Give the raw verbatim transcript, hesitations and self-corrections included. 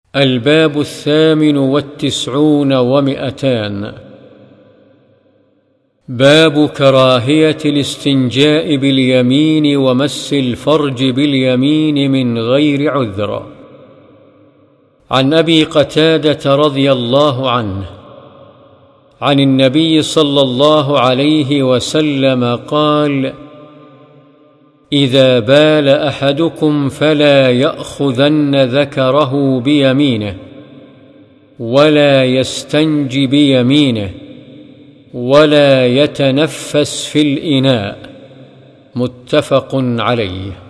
الباب الثامن والتسعون ومئتان. باب كراهية الاستنجاء باليمين ومس الفرج باليمين من غير عذر. عن أبي قتادة رضي الله عنه عن النبي صلى الله عليه وسلم قال: إذا بال أحدكم فلا يأخذن ذكره بيمينه ولا يستنج بيمينه ولا يتنفس في الإناء. متفق عليه.